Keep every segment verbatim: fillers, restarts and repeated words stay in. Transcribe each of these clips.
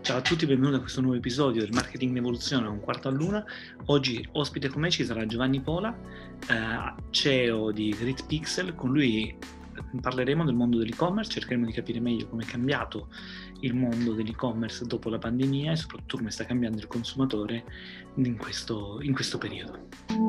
Ciao a tutti, benvenuti a questo nuovo episodio del Marketing in Evoluzione a un quarto all'una. Oggi ospite con me ci sarà Giovanni Pola, eh, C E O di Great Pixel. Con lui parleremo del mondo dell'e-commerce, cercheremo di capire meglio come è cambiato il mondo dell'e-commerce dopo la pandemia e soprattutto come sta cambiando il consumatore in questo, in questo periodo.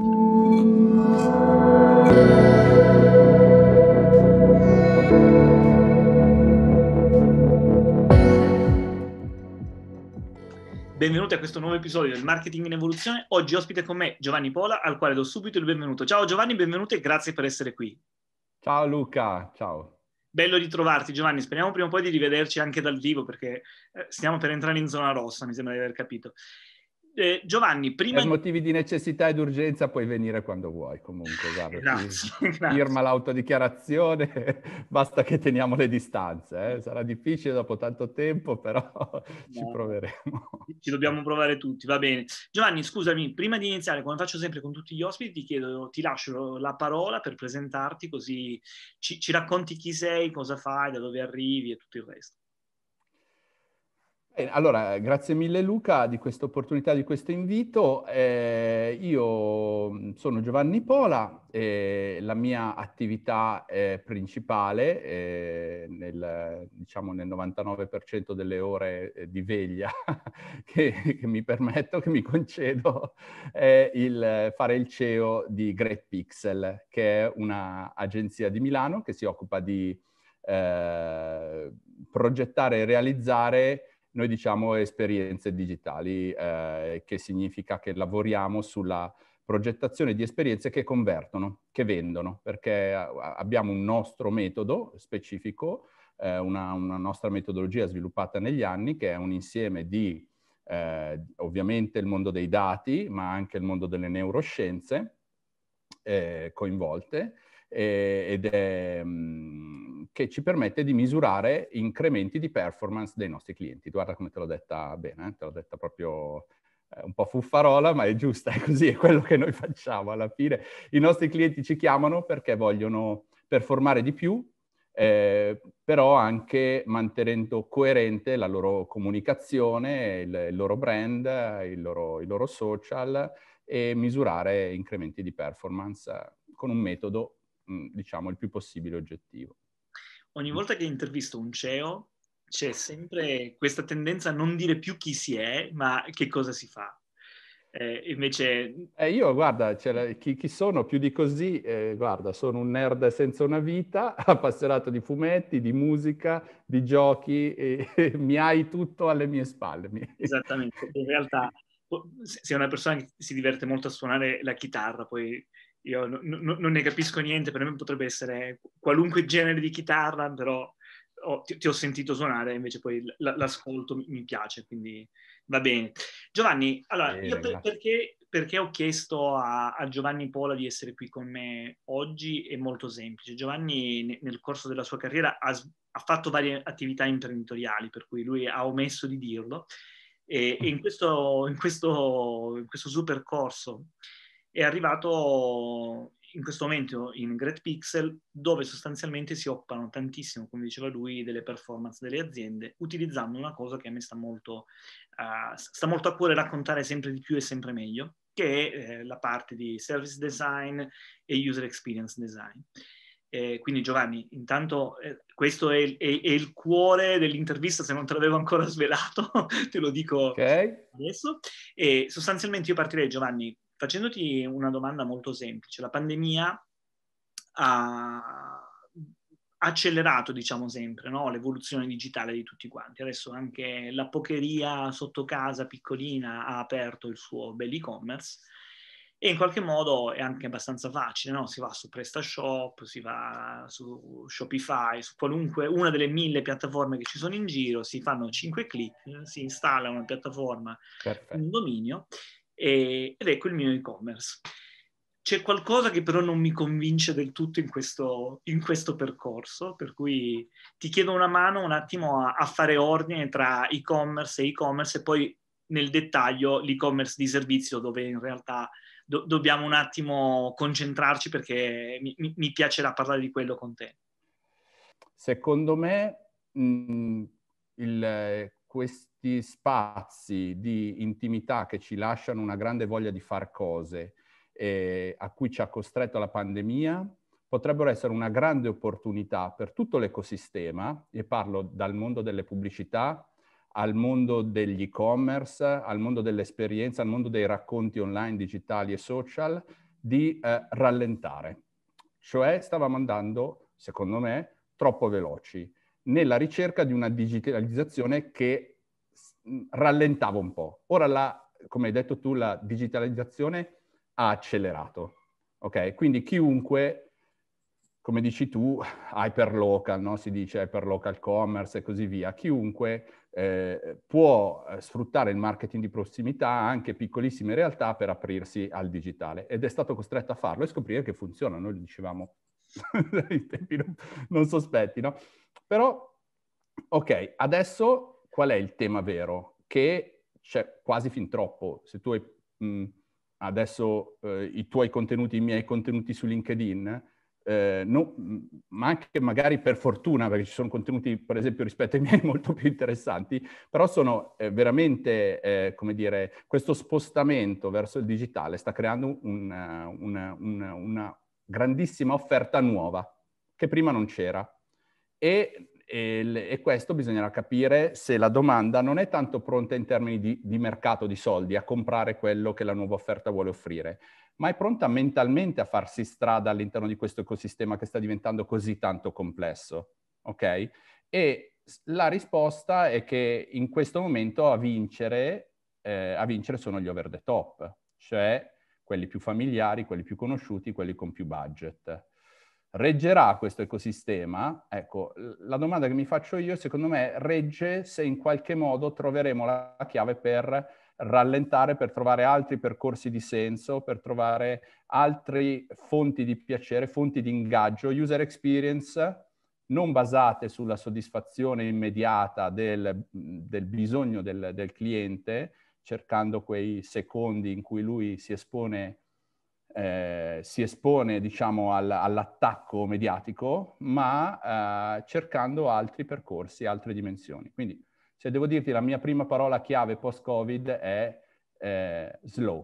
Benvenuti a questo nuovo episodio del Marketing in Evoluzione. Oggi ospite con me Giovanni Pola, al quale do subito il benvenuto. Ciao Giovanni, benvenuto e grazie per essere qui. Ciao Luca, ciao. Bello di trovarti Giovanni, speriamo prima o poi di rivederci anche dal vivo perché eh, stiamo per entrare in zona rossa, mi sembra di aver capito. Eh, Giovanni, prima Per di... motivi di necessità ed urgenza puoi venire quando vuoi, comunque, guarda, Grazie, fi- grazie. firma l'autodichiarazione, basta che teniamo le distanze. Eh? Sarà difficile dopo tanto tempo, però ci No, proveremo. ci dobbiamo provare tutti, va bene. Giovanni, scusami, prima di iniziare, come faccio sempre con tutti gli ospiti, ti chiedo, ti lascio la parola per presentarti, così ci, ci racconti chi sei, cosa fai, da dove arrivi e tutto il resto. Eh, Allora, grazie mille Luca di questa opportunità, di questo invito. Eh, io mh, sono Giovanni Pola e la mia attività eh, principale, eh, nel, diciamo nel novantanove per cento delle ore eh, di veglia che, che mi permetto, che mi concedo, è il fare il C E O di Great Pixel, che è un'agenzia di Milano che si occupa di eh, progettare e realizzare, noi diciamo, esperienze digitali, eh, che significa che lavoriamo sulla progettazione di esperienze che convertono, che vendono, perché abbiamo un nostro metodo specifico, eh, una, una nostra metodologia sviluppata negli anni, che è un insieme di, eh, ovviamente, il mondo dei dati, ma anche il mondo delle neuroscienze eh, coinvolte, eh, ed è mh, che ci permette di misurare incrementi di performance dei nostri clienti. Guarda come te l'ho detta bene, eh? Te l'ho detta proprio eh, un po' fuffarola, ma è giusta, è così, è quello che noi facciamo alla fine. I nostri clienti ci chiamano perché vogliono performare di più, eh, però anche mantenendo coerente la loro comunicazione, il, il loro brand, il loro, i loro social, e misurare incrementi di performance con un metodo, mh, diciamo, il più possibile oggettivo. Ogni volta che intervisto un C E O c'è sempre questa tendenza a non dire più chi si è, ma che cosa si fa. Eh, invece... E io, guarda, cioè, chi, chi sono più di così? Eh, guarda, sono un nerd senza una vita, appassionato di fumetti, di musica, di giochi, e, e mi hai tutto alle mie spalle. Esattamente, in realtà sei una persona che si diverte molto a suonare la chitarra, poi io no, no, non ne capisco niente, per me potrebbe essere qualunque genere di chitarra, però oh, ti, ti, ho sentito suonare, invece poi l- l'ascolto mi, mi piace, quindi va bene. Giovanni, allora, io Bene, per, grazie. perché, perché ho chiesto a, a Giovanni Pola di essere qui con me oggi è molto semplice. Giovanni ne, nel corso della sua carriera ha, ha fatto varie attività imprenditoriali, per cui lui ha omesso di dirlo. E, e in, questo, in, questo, in questo suo percorso è arrivato in questo momento in Great Pixel, dove sostanzialmente si occupano tantissimo, come diceva lui, delle performance delle aziende, utilizzando una cosa che a me sta molto, uh, sta molto a cuore raccontare sempre di più e sempre meglio, che è eh, la parte di service design e user experience design. Eh, quindi Giovanni, intanto eh, questo è il, è, è il cuore dell'intervista, se non te l'avevo ancora svelato, te lo dico Ok? adesso. E sostanzialmente io partirei, Giovanni, facendoti una domanda molto semplice. La pandemia ha accelerato, diciamo sempre, no? L'evoluzione digitale di tutti quanti. Adesso anche la pokeria sotto casa piccolina ha aperto il suo bel e-commerce e in qualche modo è anche abbastanza facile, no? Si va su PrestaShop, si va su Shopify, su qualunque una delle mille piattaforme che ci sono in giro, si fanno cinque clic, si installa una piattaforma, un Perfetto. dominio e, ed ecco il mio e-commerce. C'è qualcosa che però non mi convince del tutto in questo, in questo percorso, per cui ti chiedo una mano un attimo a, a fare ordine tra e-commerce e e-commerce e poi nel dettaglio l'e-commerce di servizio, dove in realtà do, dobbiamo un attimo concentrarci perché mi, mi, mi piacerà parlare di quello con te. Secondo me, mh, il, questi spazi di intimità che ci lasciano una grande voglia di far cose, eh, a cui ci ha costretto la pandemia, potrebbero essere una grande opportunità per tutto l'ecosistema, e parlo dal mondo delle pubblicità, al mondo degli e-commerce, al mondo dell'esperienza, al mondo dei racconti online, digitali e social, di eh, rallentare. Cioè stavamo andando, secondo me, troppo veloci nella ricerca di una digitalizzazione che rallentava un po'. Ora, la, come hai detto tu, la digitalizzazione ha accelerato. Ok? Quindi chiunque, come dici tu, hyperlocal, no? Si dice hyperlocal commerce e così via. Chiunque eh, può sfruttare il marketing di prossimità, anche piccolissime realtà, per aprirsi al digitale. Ed è stato costretto a farlo e scoprire che funziona. Noi lo dicevamo in tempi non, non sospetti, no? Però, ok, adesso qual è il tema vero? Che c'è quasi fin troppo. Se tu hai mh, adesso eh, i tuoi contenuti, i miei contenuti su LinkedIn, eh, no, ma anche magari per fortuna, perché ci sono contenuti, per esempio, rispetto ai miei molto più interessanti, però sono eh, veramente, eh, come dire, questo spostamento verso il digitale sta creando una, una, una, una grandissima offerta nuova, che prima non c'era. E, e, e questo bisognerà capire se la domanda non è tanto pronta in termini di, di mercato, di soldi, a comprare quello che la nuova offerta vuole offrire, ma è pronta mentalmente a farsi strada all'interno di questo ecosistema che sta diventando così tanto complesso, ok? E la risposta è che in questo momento a vincere, eh, a vincere sono gli over the top, cioè quelli più familiari, quelli più conosciuti, quelli con più budget. Reggerà questo ecosistema? Ecco, la domanda che mi faccio io, secondo me, regge se in qualche modo troveremo la chiave per rallentare, per trovare altri percorsi di senso, per trovare altre fonti di piacere, fonti di ingaggio, user experience non basate sulla soddisfazione immediata del, del bisogno del, del cliente, cercando quei secondi in cui lui si espone Eh, si espone, diciamo, al, all'attacco mediatico, ma eh, cercando altri percorsi, altre dimensioni. Quindi, se devo dirti la mia prima parola chiave post-Covid è eh, slow.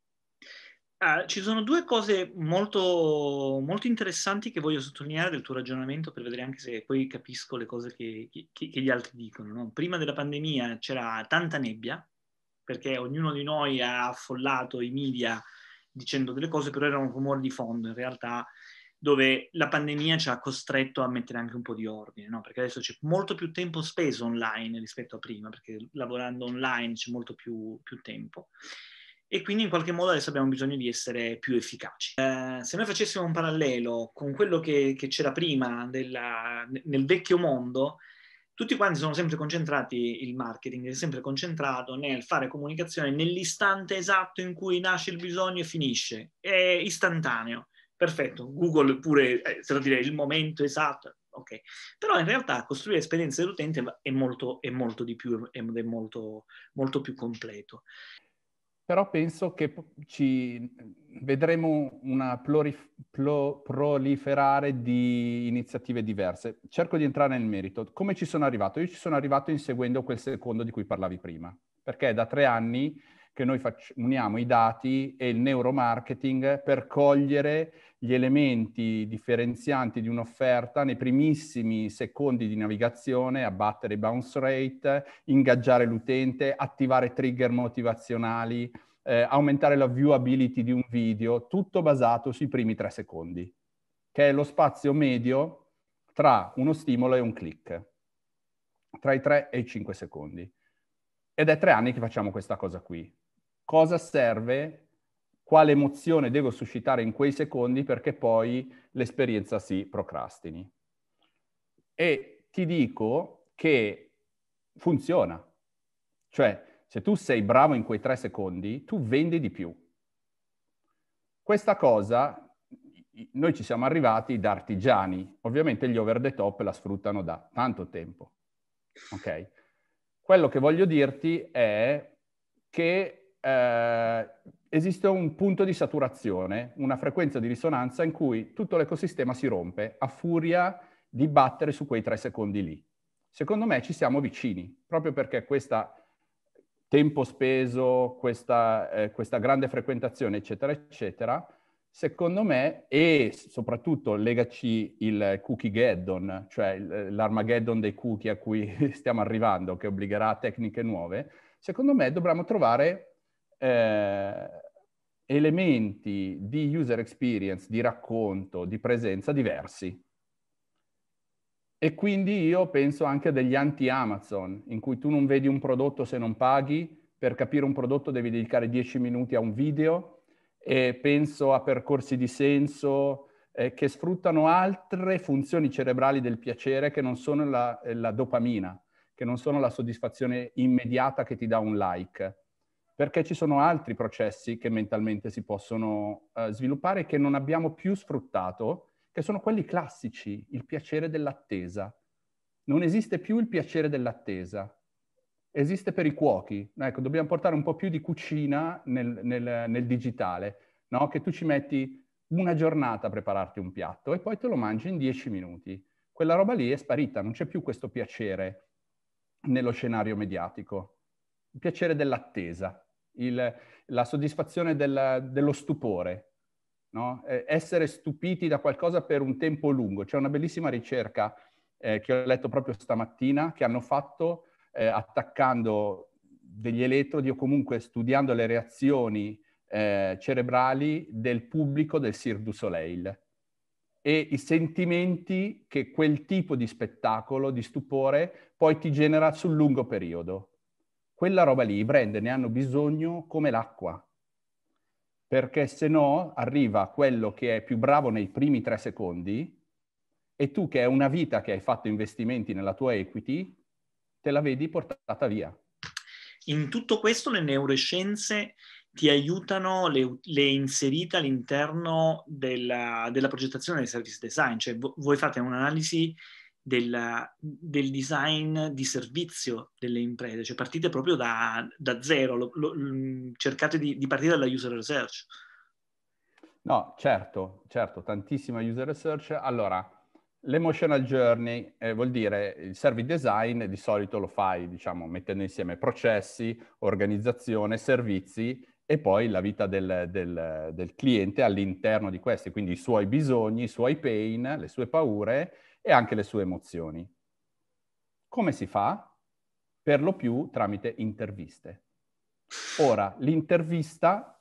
Ah, ci sono due cose molto, molto interessanti che voglio sottolineare del tuo ragionamento per vedere anche se poi capisco le cose che, che, che gli altri dicono, no? Prima della pandemia c'era tanta nebbia, perché ognuno di noi ha affollato i media dicendo delle cose, però erano rumori di fondo in realtà, dove la pandemia ci ha costretto a mettere anche un po' di ordine, no? Perché adesso c'è molto più tempo speso online rispetto a prima, perché lavorando online c'è molto più, più tempo. E quindi in qualche modo adesso abbiamo bisogno di essere più efficaci. Eh, se noi facessimo un parallelo con quello che, che c'era prima della, nel vecchio mondo, tutti quanti sono sempre concentrati, il marketing è sempre concentrato nel fare comunicazione nell'istante esatto in cui nasce il bisogno e finisce, è istantaneo, perfetto, Google pure, eh, se lo dire, il momento esatto, ok, però in realtà costruire esperienze dell'utente è molto, è molto di più, ed è molto, molto più completo. Però penso che ci vedremo una plurif- plo- proliferare di iniziative diverse. Cerco di entrare nel merito. Come ci sono arrivato? Io ci sono arrivato inseguendo quel secondo di cui parlavi prima, perché è da tre anni che noi facci- uniamo i dati e il neuromarketing per cogliere gli elementi differenzianti di un'offerta nei primissimi secondi di navigazione, abbattere i bounce rate, ingaggiare l'utente, attivare trigger motivazionali, eh, aumentare la viewability di un video, tutto basato sui primi tre secondi, che è lo spazio medio tra uno stimolo e un click, tra i tre e i cinque secondi. Ed è tre anni che facciamo questa cosa qui. Cosa serve? Quale emozione devo suscitare in quei secondi perché poi l'esperienza si procrastini? E ti dico che funziona. Cioè, se tu sei bravo in quei tre secondi, tu vendi di più. Questa cosa, noi ci siamo arrivati da artigiani. Ovviamente gli over the top la sfruttano da tanto tempo. Ok? Quello che voglio dirti è che eh, esiste un punto di saturazione, una frequenza di risonanza in cui tutto l'ecosistema si rompe a furia di battere su quei tre secondi lì. Secondo me ci siamo vicini, proprio perché questo tempo speso, questa, eh, questa grande frequentazione, eccetera, eccetera, secondo me, e soprattutto legaci il cookie-geddon, cioè l'Armageddon dei cookie a cui stiamo arrivando, che obbligherà a tecniche nuove, secondo me dovremmo trovare eh, elementi di user experience, di racconto, di presenza diversi. E quindi io penso anche a degli anti-Amazon, in cui tu non vedi un prodotto se non paghi, per capire un prodotto devi dedicare dieci minuti a un video, e penso a percorsi di senso eh, che sfruttano altre funzioni cerebrali del piacere che non sono la, la dopamina, che non sono la soddisfazione immediata che ti dà un like, perché ci sono altri processi che mentalmente si possono eh, sviluppare che non abbiamo più sfruttato, che sono quelli classici, il piacere dell'attesa. Non esiste più il piacere dell'attesa. Esiste per i cuochi. Ecco, dobbiamo portare un po' più di cucina nel, nel, nel digitale, no? Che tu ci metti una giornata a prepararti un piatto e poi te lo mangi in dieci minuti. Quella roba lì è sparita, non c'è più questo piacere nello scenario mediatico. Il piacere dell'attesa, il, la soddisfazione del, dello stupore. No? Eh, essere stupiti da qualcosa per un tempo lungo. C'è una bellissima ricerca eh, che ho letto proprio stamattina che hanno fatto eh, attaccando degli elettrodi o comunque studiando le reazioni eh, cerebrali del pubblico del Cirque du Soleil e i sentimenti che quel tipo di spettacolo, di stupore, poi ti genera sul lungo periodo. Quella roba lì, i brand ne hanno bisogno come l'acqua, perché se no arriva quello che è più bravo nei primi tre secondi e tu che è una vita che hai fatto investimenti nella tua equity, te la vedi portata via. In tutto questo le neuroscienze ti aiutano, le, le inserite all'interno della, della progettazione del service design, cioè vo- voi fate un'analisi del, del design di servizio delle imprese, cioè partite proprio da, da zero, lo, lo, cercate di, di partire dalla user research. No, certo, certo, tantissima user research. Allora, l'emotional journey eh, vuol dire il service design di solito lo fai, diciamo, mettendo insieme processi, organizzazione, servizi e poi la vita del, del, del cliente all'interno di questi, quindi i suoi bisogni, i suoi pain, le sue paure e anche le sue emozioni. Come si fa? Per lo più tramite interviste. Ora, l'intervista...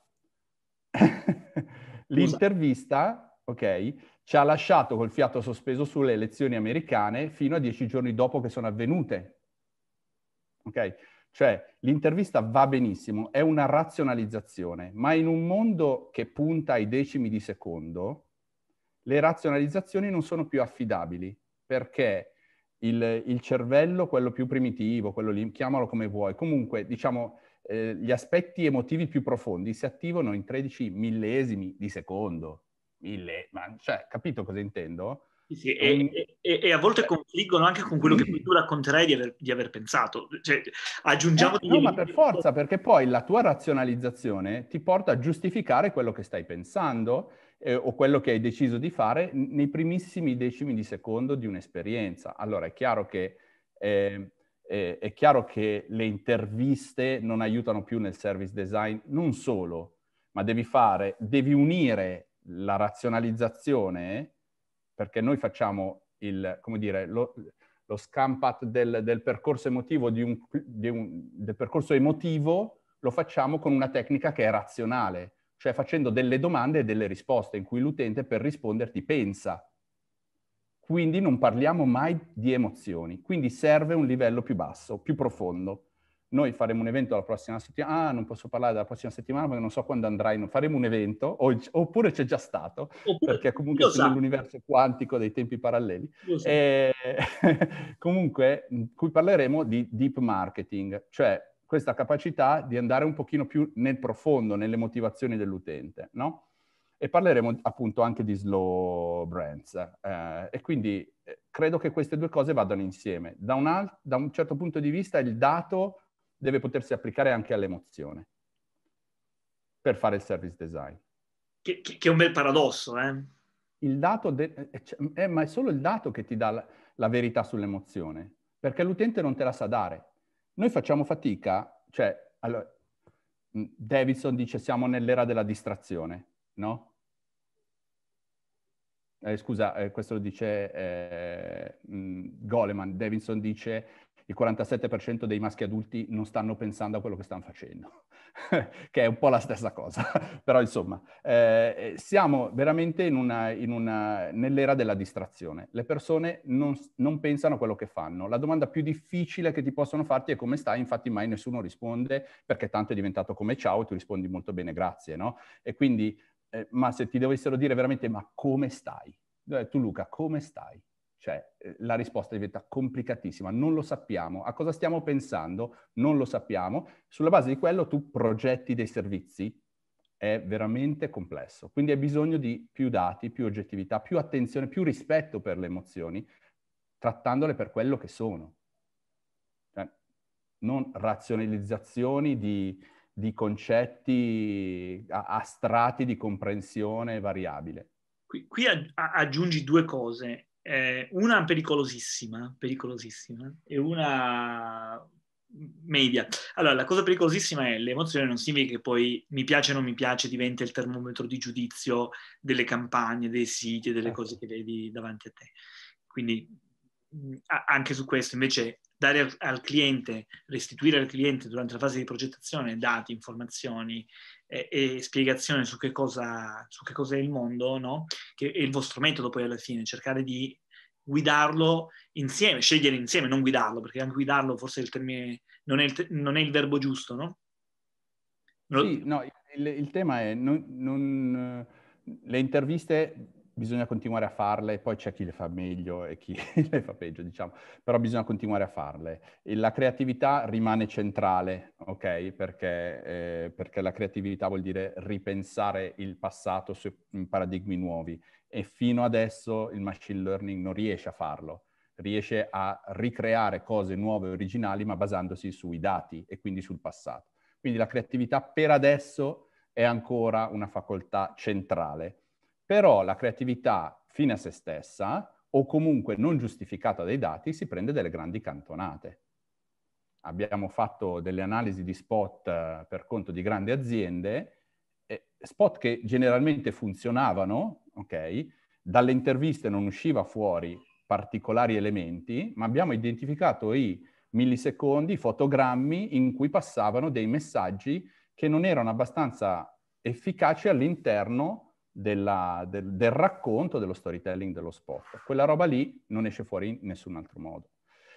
L'intervista, ok, ci ha lasciato col fiato sospeso sulle elezioni americane fino a dieci giorni dopo che sono avvenute. Ok? Cioè, l'intervista va benissimo, è una razionalizzazione, ma in un mondo che punta ai decimi di secondo, le razionalizzazioni non sono più affidabili, perché il, il cervello, quello più primitivo, quello lì, chiamalo come vuoi, comunque, diciamo, eh, gli aspetti emotivi più profondi si attivano in tredici millesimi di secondo. Mille, ma cioè, capito cosa intendo? Sì, sì, È un... e, e, e a volte confliggono anche con quello che poi tu racconterai di aver, di aver pensato. Cioè, aggiungiamo Eh, degli no, ma per elementi. forza, perché poi la tua razionalizzazione ti porta a giustificare quello che stai pensando eh, o quello che hai deciso di fare n- nei primissimi decimi di secondo di un'esperienza. Allora, è chiaro che, eh, eh, è chiaro che le interviste non aiutano più nel service design, non solo, ma devi fare, devi unire la razionalizzazione, perché noi facciamo il, come dire, lo, lo scampat del, del percorso emotivo, di un, di un, del percorso emotivo, lo facciamo con una tecnica che è razionale, cioè facendo delle domande e delle risposte in cui l'utente per risponderti pensa. Quindi non parliamo mai di emozioni, quindi serve un livello più basso, più profondo. Noi faremo un evento la prossima settimana, ah, non posso parlare della prossima settimana perché non so quando andrai, faremo un evento, o, oppure c'è già stato, Oppure, perché chi comunque lo sono sa, nell'universo quantico dei tempi paralleli. chi lo sa. E... comunque, qui parleremo di deep marketing, cioè questa capacità di andare un pochino più nel profondo, nelle motivazioni dell'utente, no? E parleremo appunto anche di slow brands. Eh, e quindi eh, credo che queste due cose vadano insieme. Da un, alt- da un certo punto di vista il dato deve potersi applicare anche all'emozione per fare il service design. Che, che- che è un bel paradosso, eh? Il dato, de- eh, cioè, eh, ma è solo il dato che ti dà la, la verità sull'emozione. perché l'utente non te la sa dare. Noi facciamo fatica, cioè, allora, Davidson dice siamo nell'era della distrazione, no? Eh, scusa, eh, questo lo dice eh, mh, Goleman. Davidson dice il quarantasette per cento dei maschi adulti non stanno pensando a quello che stanno facendo, che è un po' la stessa cosa. Però insomma, eh, siamo veramente in una, in una, nell'era della distrazione. Le persone non, non pensano a quello che fanno. La domanda più difficile che ti possono farti è come stai, infatti mai nessuno risponde, perché tanto è diventato come ciao e tu rispondi molto bene, grazie, no? E quindi Eh, ma se ti dovessero dire veramente, ma come stai? Eh, tu Luca, come stai? Cioè, eh, la risposta diventa complicatissima, non lo sappiamo. A cosa stiamo pensando? Non lo sappiamo. Sulla base di quello tu progetti dei servizi, è veramente complesso. Quindi hai bisogno di più dati, più oggettività, più attenzione, più rispetto per le emozioni, trattandole per quello che sono. Cioè, non razionalizzazioni di di concetti astratti di comprensione variabile. Qui, qui aggiungi due cose, eh, una pericolosissima, pericolosissima, e una media. Allora, la cosa pericolosissima è l'emozione, non significa che poi mi piace o non mi piace diventa il termometro di giudizio delle campagne, dei siti e delle cose che vedi davanti a te. Quindi anche su questo invece dare al, al cliente, restituire al cliente durante la fase di progettazione dati, informazioni e, e spiegazioni su che cosa, su che cosa è il mondo, no? Che è il vostro metodo poi alla fine, cercare di guidarlo insieme, scegliere insieme, non guidarlo, perché anche guidarlo forse il termine, non, è il, non è il verbo giusto, no? Sì, no, il, il tema è non, non, le interviste bisogna continuare a farle, poi c'è chi le fa meglio e chi le fa peggio, diciamo, però bisogna continuare a farle. E la creatività rimane centrale, ok? Perché, eh, perché la creatività vuol dire ripensare il passato su paradigmi nuovi e fino adesso il machine learning non riesce a farlo. Riesce a ricreare cose nuove e originali, ma basandosi sui dati e quindi sul passato. Quindi la creatività per adesso è ancora una facoltà centrale. Però la creatività fine a se stessa, o comunque non giustificata dai dati, si prende delle grandi cantonate. Abbiamo fatto delle analisi di spot eh, per conto di grandi aziende, eh, spot che generalmente funzionavano, ok? Dalle interviste non usciva fuori particolari elementi, ma abbiamo identificato i millisecondi, fotogrammi in cui passavano dei messaggi che non erano abbastanza efficaci all'interno della, del, del racconto, dello storytelling dello spot. Quella roba lì non esce fuori in nessun altro modo.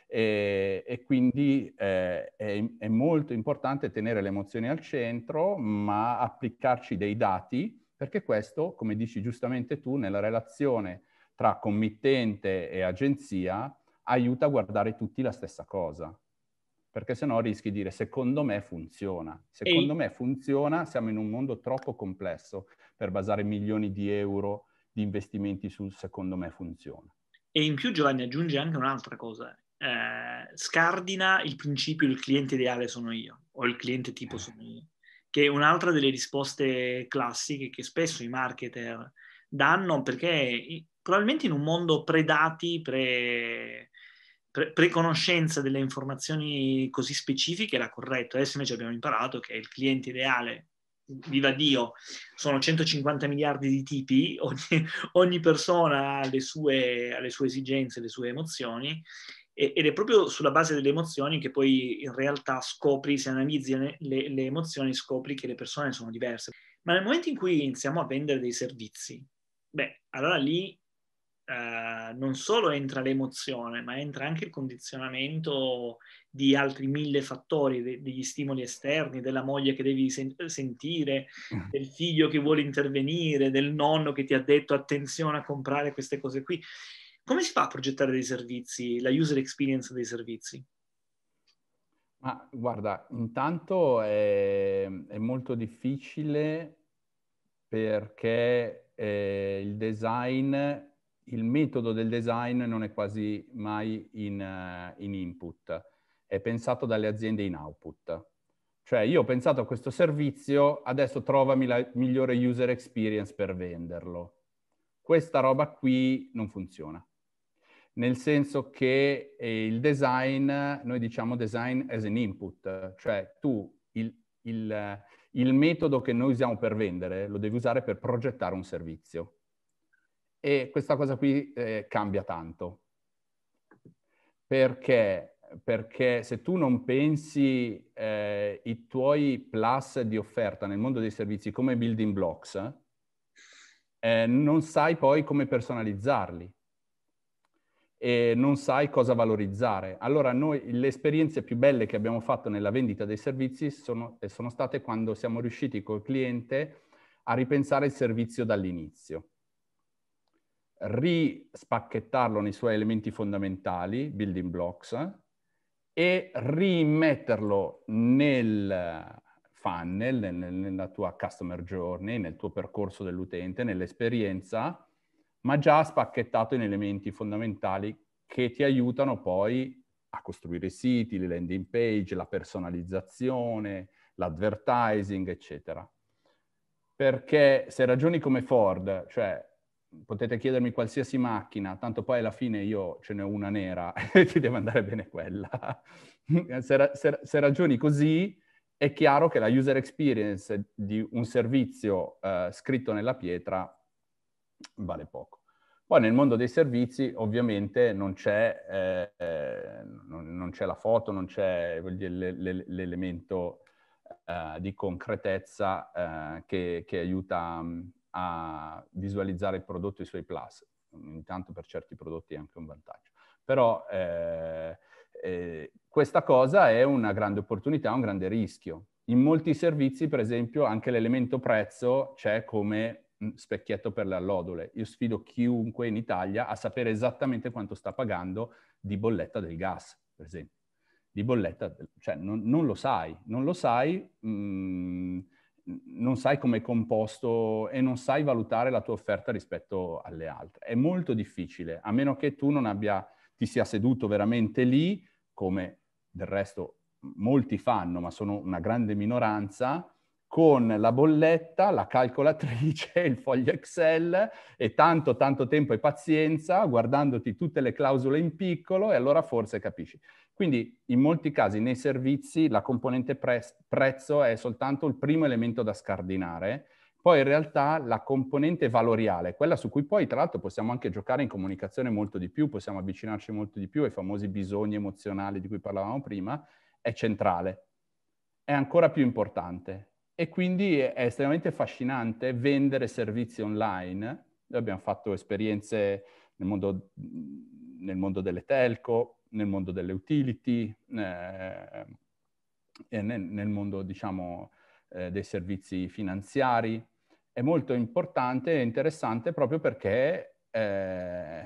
E, e quindi eh, è, è molto importante tenere le emozioni al centro, ma applicarci dei dati, perché questo, come dici giustamente tu, nella relazione tra committente e agenzia, aiuta a guardare tutti la stessa cosa. Perché sennò rischi di dire secondo me funziona. Secondo e, me funziona, siamo in un mondo troppo complesso per basare milioni di euro di investimenti sul secondo me funziona. E in più Giovanni aggiunge anche un'altra cosa, eh, scardina il principio il cliente ideale sono io, o il cliente tipo sono io, che è un'altra delle risposte classiche che spesso i marketer danno, perché probabilmente in un mondo pre-dati, pre, pre, pre-conoscenza delle informazioni così specifiche era corretto. Adesso invece abbiamo imparato che il cliente ideale, viva Dio, sono centocinquanta miliardi di tipi, ogni, ogni persona ha le sue, ha le sue esigenze, le sue emozioni, e, ed è proprio sulla base delle emozioni che poi in realtà scopri, se analizzi le, le emozioni, scopri che le persone sono diverse. Ma nel momento in cui iniziamo a vendere dei servizi, beh, allora lì eh, non solo entra l'emozione, ma entra anche il condizionamento di altri mille fattori, de- degli stimoli esterni, della moglie che devi sen- sentire, del figlio che vuole intervenire, del nonno che ti ha detto attenzione a comprare queste cose qui. Come si fa a progettare dei servizi, la user experience dei servizi? Ma guarda, intanto è, è molto difficile perché eh, il design, il metodo del design non è quasi mai in, uh, in input, è pensato dalle aziende in output. Cioè io ho pensato a questo servizio, adesso trovami la migliore user experience per venderlo. Questa roba qui non funziona. nel senso che eh, il design, noi diciamo design as an input, cioè tu il, il, il metodo che noi usiamo per vendere lo devi usare per progettare un servizio. E questa cosa qui eh, cambia tanto. Perché? Perché se tu non pensi eh, i tuoi plus di offerta nel mondo dei servizi come building blocks, eh, non sai poi come personalizzarli e non sai cosa valorizzare. Allora noi le esperienze più belle che abbiamo fatto nella vendita dei servizi sono, sono state quando siamo riusciti col cliente a ripensare il servizio dall'inizio, rispacchettarlo nei suoi elementi fondamentali, building blocks, e rimetterlo nel funnel, nel, nella tua customer journey, nel tuo percorso dell'utente, nell'esperienza, ma già spacchettato in elementi fondamentali che ti aiutano poi a costruire i siti, le landing page, la personalizzazione, l'advertising, eccetera. Perché se ragioni come Ford, cioè potete chiedermi qualsiasi macchina, tanto poi alla fine io ce n'ho una nera e ti deve andare bene quella. se, se, se ragioni così, è chiaro che la user experience di un servizio eh, scritto nella pietra vale poco. Poi nel mondo dei servizi ovviamente non c'è eh, non, non c'è la foto, non c'è l'elemento eh, di concretezza eh, che, che aiuta um, a visualizzare il prodotto e i suoi plus. Intanto per certi prodotti è anche un vantaggio. Però eh, eh, questa cosa è una grande opportunità, un grande rischio. In molti servizi, per esempio, anche l'elemento prezzo c'è come specchietto per le allodole. Io sfido chiunque in Italia a sapere esattamente quanto sta pagando di bolletta del gas, per esempio. Di bolletta, cioè non, non lo sai, non lo sai, mh, non sai come è composto e non sai valutare la tua offerta rispetto alle altre. È molto difficile, a meno che tu non abbia, ti sia seduto veramente lì, come del resto molti fanno, ma sono una grande minoranza, con la bolletta, la calcolatrice, il foglio Excel e tanto, tanto tempo e pazienza, guardandoti tutte le clausole in piccolo, e allora forse capisci. Quindi in molti casi nei servizi la componente pre- prezzo è soltanto il primo elemento da scardinare, poi in realtà la componente valoriale, quella su cui poi tra l'altro possiamo anche giocare in comunicazione molto di più, possiamo avvicinarci molto di più ai famosi bisogni emozionali di cui parlavamo prima, è centrale, è ancora più importante. E quindi è estremamente affascinante vendere servizi online. Noi abbiamo fatto esperienze nel mondo, nel mondo delle telco, nel mondo delle utility, eh, e nel, nel mondo, diciamo, eh, dei servizi finanziari. È molto importante e interessante proprio perché eh,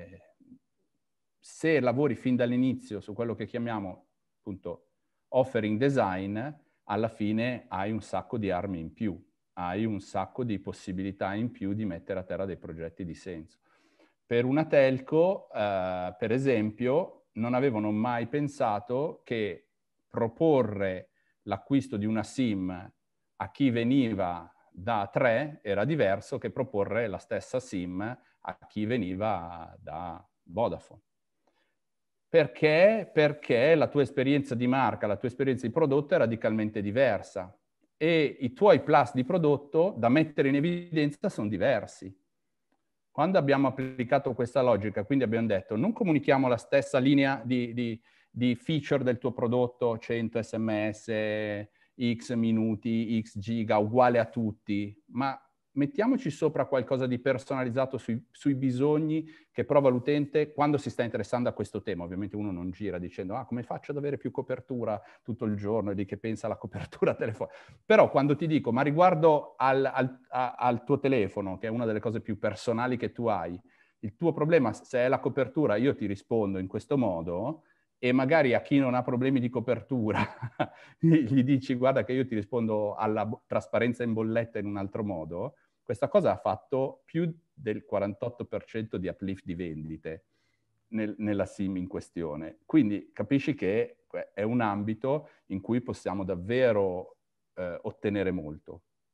se lavori fin dall'inizio su quello che chiamiamo appunto offering design, alla fine hai un sacco di armi in più, hai un sacco di possibilità in più di mettere a terra dei progetti di senso. Per una telco, eh, per esempio, non avevano mai pensato che proporre l'acquisto di una SIM a chi veniva da tre era diverso che proporre la stessa SIM a chi veniva da Vodafone. Perché? Perché la tua esperienza di marca, la tua esperienza di prodotto è radicalmente diversa e i tuoi plus di prodotto da mettere in evidenza sono diversi. Quando abbiamo applicato questa logica, quindi abbiamo detto non comunichiamo la stessa linea di, di, di feature del tuo prodotto, cento sms, x minuti, x giga, uguale a tutti, ma mettiamoci sopra qualcosa di personalizzato sui, sui bisogni che prova l'utente quando si sta interessando a questo tema. Ovviamente uno non gira dicendo ah, come faccio ad avere più copertura tutto il giorno, e di che pensa alla copertura telefonica. Però quando ti dico ma riguardo al, al, a, al tuo telefono, che è una delle cose più personali che tu hai, il tuo problema se è la copertura, io ti rispondo in questo modo, e magari a chi non ha problemi di copertura gli dici guarda che io ti rispondo alla trasparenza in bolletta in un altro modo, questa cosa ha fatto più del quarantotto per cento di uplift di vendite nel, nella SIM in questione. Quindi capisci che è un ambito in cui possiamo davvero eh, ottenere molto.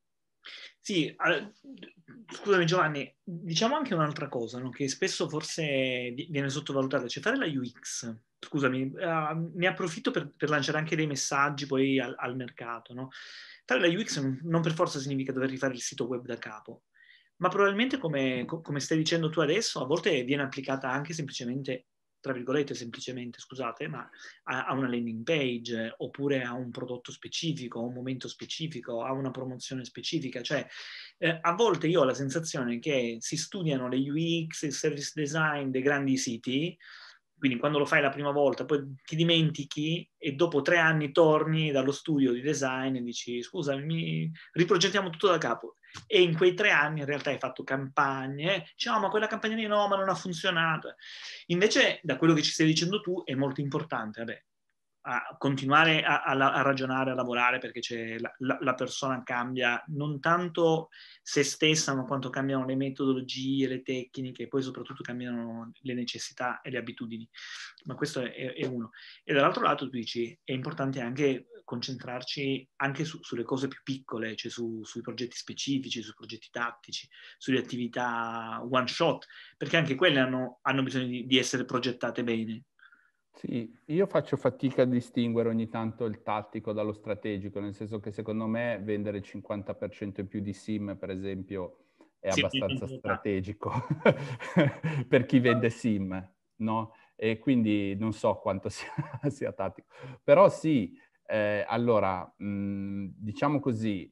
Sì, eh, scusami Giovanni, diciamo anche un'altra cosa, no? Che spesso forse vi- viene sottovalutata, cioè fare la U X. Scusami, eh, ne approfitto per, per lanciare anche dei messaggi poi al, al mercato, no? Fare la U X non, non per forza significa dover rifare il sito web da capo, ma probabilmente come, co- come stai dicendo tu adesso, a volte viene applicata anche semplicemente, tra virgolette semplicemente, scusate, ma a, a una landing page, oppure a un prodotto specifico, a un momento specifico, a una promozione specifica. Cioè, eh, a volte io ho la sensazione che si studiano le U X, il service design dei grandi siti, quindi quando lo fai la prima volta, poi ti dimentichi e dopo tre anni torni dallo studio di design e dici scusa, mi riprogettiamo tutto da capo. E in quei tre anni in realtà hai fatto campagne, dici no, ma quella campagna lì no, ma non ha funzionato. Invece, da quello che ci stai dicendo tu, è molto importante, vabbè, a continuare a, a, a ragionare, a lavorare, perché c'è la, la, la persona cambia non tanto se stessa, ma quanto cambiano le metodologie, le tecniche, e poi soprattutto cambiano le necessità e le abitudini. Ma questo è, è uno. E dall'altro lato tu dici, è importante anche concentrarci anche su, sulle cose più piccole, cioè su, sui progetti specifici, sui progetti tattici, sulle attività one shot, perché anche quelle hanno, hanno bisogno di, di essere progettate bene. Sì, io faccio fatica a distinguere ogni tanto il tattico dallo strategico, nel senso che secondo me vendere il cinquanta per cento in più di SIM, per esempio, è Sì, abbastanza strategico per chi vende SIM, no? E quindi non so quanto sia, sia tattico. Però sì, eh, allora, mh, diciamo così,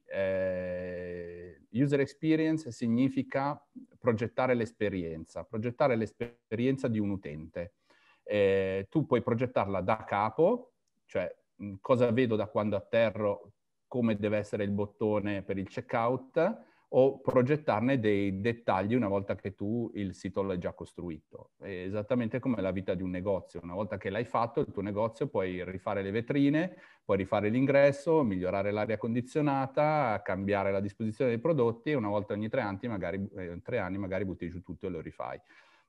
eh, user experience significa progettare l'esperienza, progettare l'esperienza di un utente. Eh, tu puoi progettarla da capo, cioè mh, cosa vedo da quando atterro, come deve essere il bottone per il checkout, o progettarne dei dettagli una volta che tu il sito l'hai già costruito. È esattamente come la vita di un negozio. Una volta che l'hai fatto, il tuo negozio puoi rifare le vetrine, puoi rifare l'ingresso, migliorare l'aria condizionata, cambiare la disposizione dei prodotti e una volta ogni tre anni magari, eh, tre anni magari butti giù tutto e lo rifai.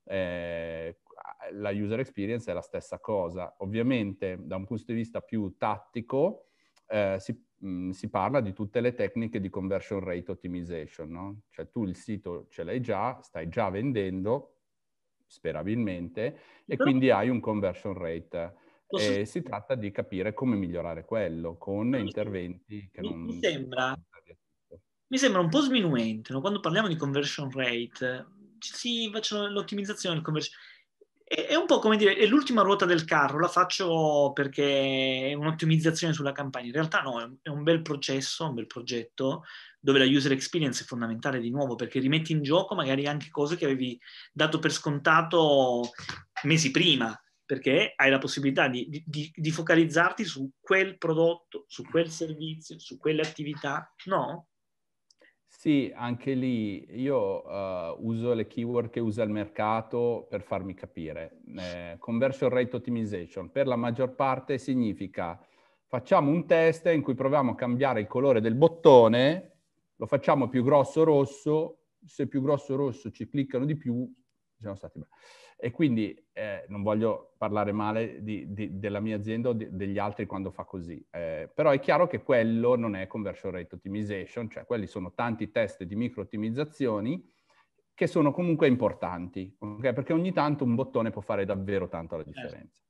Eh, la user experience è la stessa cosa. Ovviamente da un punto di vista più tattico eh, si, mh, si parla di tutte le tecniche di conversion rate optimization, no? Cioè tu il sito ce l'hai già, stai già vendendo, sperabilmente, e Però quindi hai un conversion rate. posso, E si tratta di capire come migliorare quello con interventi che mi, mi non si sembra, possono fare a tutto. mi sembra un po' sminuente, no? Quando parliamo di conversion rate, ci si faccio l'ottimizzazione del conversion. È, è un po' come dire, è l'ultima ruota del carro, la faccio perché è un'ottimizzazione sulla campagna. In realtà no, è un, è un bel processo, un bel progetto dove la user experience è fondamentale di nuovo perché rimetti in gioco magari anche cose che avevi dato per scontato mesi prima, perché hai la possibilità di, di, di focalizzarti su quel prodotto, su quel servizio, su quelle attività, no? Sì, anche lì io uh, uso le keyword che usa il mercato per farmi capire. Eh, conversion rate optimization per la maggior parte significa facciamo un test in cui proviamo a cambiare il colore del bottone, lo facciamo più grosso rosso, se più grosso rosso ci cliccano di più, siamo stati bene. E quindi eh, non voglio parlare male di, di, della mia azienda o di, degli altri quando fa così, eh, però è chiaro che quello non è conversion rate optimization, cioè quelli sono tanti test di micro ottimizzazioni che sono comunque importanti, okay? Perché ogni tanto un bottone può fare davvero tanto la differenza.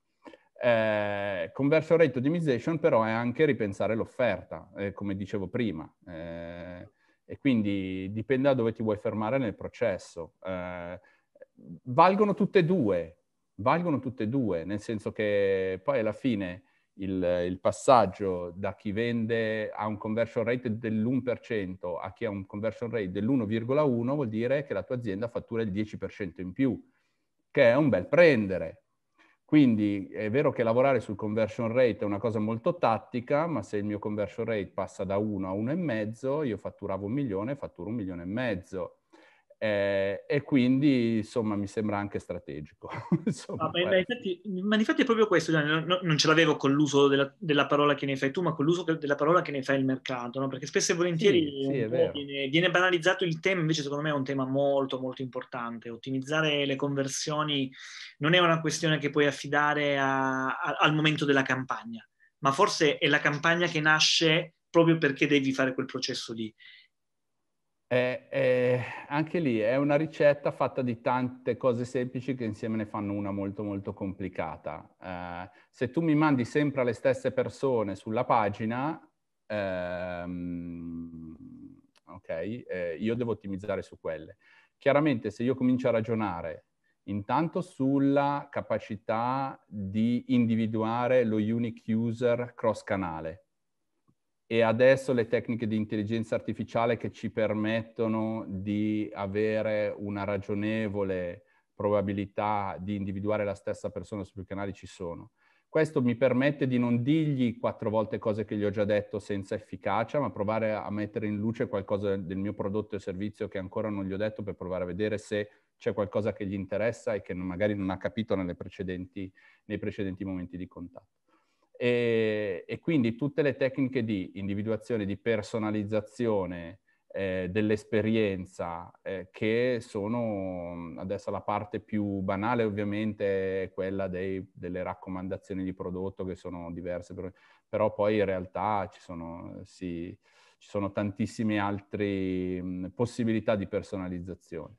Eh, conversion rate optimization però è anche ripensare l'offerta, eh, come dicevo prima, eh, e quindi dipende da dove ti vuoi fermare nel processo. Eh, valgono tutte e due, valgono tutte e due, nel senso che poi alla fine il, il passaggio da chi vende a un conversion rate dell'uno per cento a chi ha un conversion rate dell'uno virgola uno vuol dire che la tua azienda fattura il dieci per cento in più, che è un bel prendere. Quindi è vero che lavorare sul conversion rate è una cosa molto tattica, ma se il mio conversion rate passa da uno a uno e mezzo, io fatturavo un milione, fatturo un milione e mezzo. Eh, e quindi, insomma, mi sembra anche strategico. Ah, insomma, ma, poi ma alla fine. infatti, ma infatti è proprio questo, cioè, no- no- non ce l'avevo con l'uso della, della parola che ne fai tu, ma con l'uso che- della parola che ne fa il mercato, no? Perché spesso e Sì, volentieri sì, un è po' vero. viene, viene banalizzato il tema, invece secondo me è un tema molto molto importante. Ottimizzare le conversioni non è una questione che puoi affidare a- a- al momento della campagna, ma forse è la campagna che nasce proprio perché devi fare quel processo lì. È, è, anche lì è una ricetta fatta di tante cose semplici che insieme ne fanno una molto molto complicata. Eh, se tu mi mandi sempre alle stesse persone sulla pagina, ehm, ok, eh, io devo ottimizzare su quelle. Chiaramente se io comincio a ragionare intanto sulla capacità di individuare lo unique user cross canale, e adesso le tecniche di intelligenza artificiale che ci permettono di avere una ragionevole probabilità di individuare la stessa persona su più canali ci sono. Questo mi permette di non dirgli quattro volte cose che gli ho già detto senza efficacia, ma provare a mettere in luce qualcosa del mio prodotto e servizio che ancora non gli ho detto, per provare a vedere se c'è qualcosa che gli interessa e che magari non ha capito nelle precedenti, nei precedenti momenti di contatto. E, e quindi tutte le tecniche di individuazione, di personalizzazione eh, dell'esperienza, eh, che sono adesso la parte più banale, ovviamente è quella dei, delle raccomandazioni di prodotto, che sono diverse, però, però poi in realtà ci sono, sì, ci sono tantissime altre mh, possibilità di personalizzazione.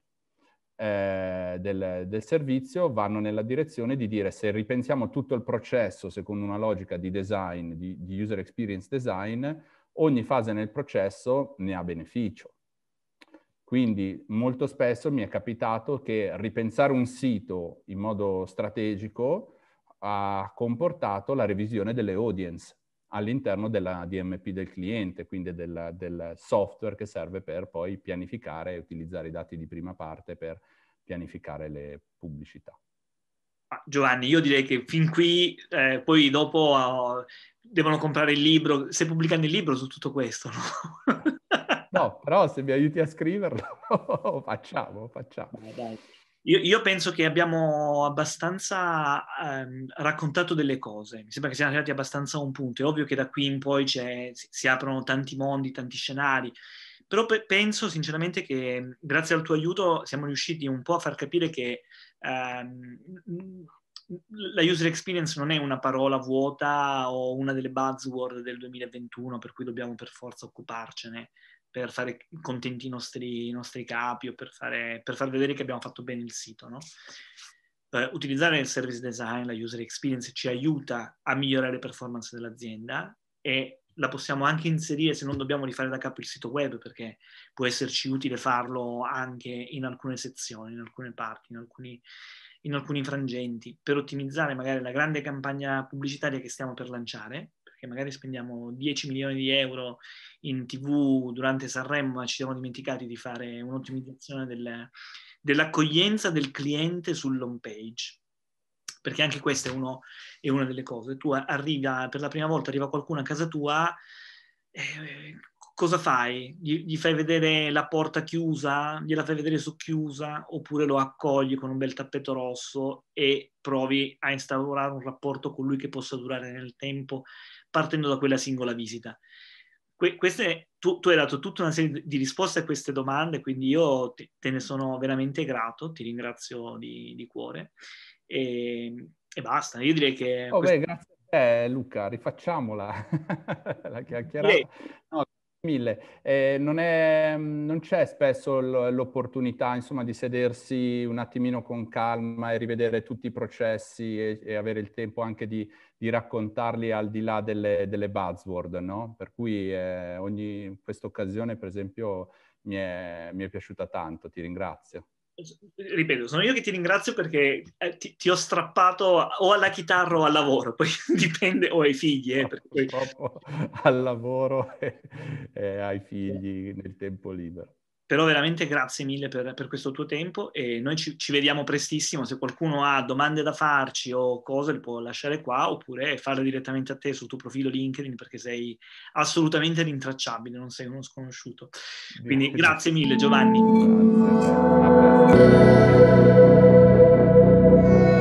Eh, del, del servizio vanno nella direzione di dire, se ripensiamo tutto il processo secondo una logica di design, di, di user experience design, ogni fase nel processo ne ha beneficio. Quindi molto spesso mi è capitato che ripensare un sito in modo strategico ha comportato la revisione delle audience all'interno della D M P del cliente, quindi del, del software che serve per poi pianificare e utilizzare i dati di prima parte per pianificare le pubblicità. Ah, Giovanni, io direi che fin qui, eh, poi dopo uh, devono comprare il libro, se pubblicano il libro su tutto questo, no? No, però se mi aiuti a scriverlo, facciamo, facciamo. Dai, dai. Io, io penso che abbiamo abbastanza ehm, raccontato delle cose, mi sembra che siamo arrivati abbastanza a un punto. È ovvio che da qui in poi c'è, si, si aprono tanti mondi, tanti scenari, però pe- penso sinceramente che grazie al tuo aiuto siamo riusciti un po' a far capire che ehm, la user experience non è una parola vuota o una delle buzzword del duemilaventuno per cui dobbiamo per forza occuparcene per fare contenti i nostri, i nostri capi o per, fare, per far vedere che abbiamo fatto bene il sito, no? Eh, utilizzare il service design, la user experience ci aiuta a migliorare le performance dell'azienda e la possiamo anche inserire se non dobbiamo rifare da capo il sito web, perché può esserci utile farlo anche in alcune sezioni, in alcune parti, in alcuni, in alcuni frangenti, per ottimizzare magari la grande campagna pubblicitaria che stiamo per lanciare, perché magari spendiamo dieci milioni di euro in tivù durante Sanremo, ma ci siamo dimenticati di fare un'ottimizzazione del, dell'accoglienza del cliente sull'home page. Perché anche questa è, uno, è una delle cose. Tu arrivi, per la prima volta arriva qualcuno a casa tua, eh, cosa fai? Gli, gli fai vedere la porta chiusa, gliela fai vedere socchiusa, oppure lo accogli con un bel tappeto rosso e provi a instaurare un rapporto con lui che possa durare nel tempo, partendo da quella singola visita. Que- queste, tu, tu hai dato tutta una serie di risposte a queste domande, quindi io te, te ne sono veramente grato, ti ringrazio di, di cuore. E, e basta, io direi che... Oh, questo... beh, grazie a te, Luca, rifacciamola la direi... chiacchierata. No, mille. Eh, non è, non c'è spesso l- l'opportunità, insomma, di sedersi un attimino con calma e rivedere tutti i processi e, e avere il tempo anche di, di raccontarli al di là delle, delle buzzword, no? Per cui eh, ogni questa occasione, per esempio, mi è, mi è piaciuta tanto, ti ringrazio. Ripeto, sono io che ti ringrazio perché eh, ti, ti ho strappato o alla chitarra o al lavoro, poi dipende, o ai figli. Eh, perché poi... Purtroppo al lavoro e, e ai figli nel tempo libero. Però veramente grazie mille per, per questo tuo tempo e noi ci, ci vediamo prestissimo. Se qualcuno ha domande da farci o cose le può lasciare qua oppure farle direttamente a te sul tuo profilo LinkedIn perché sei assolutamente rintracciabile, non sei uno sconosciuto. Quindi grazie mille Giovanni. Grazie a te. A presto.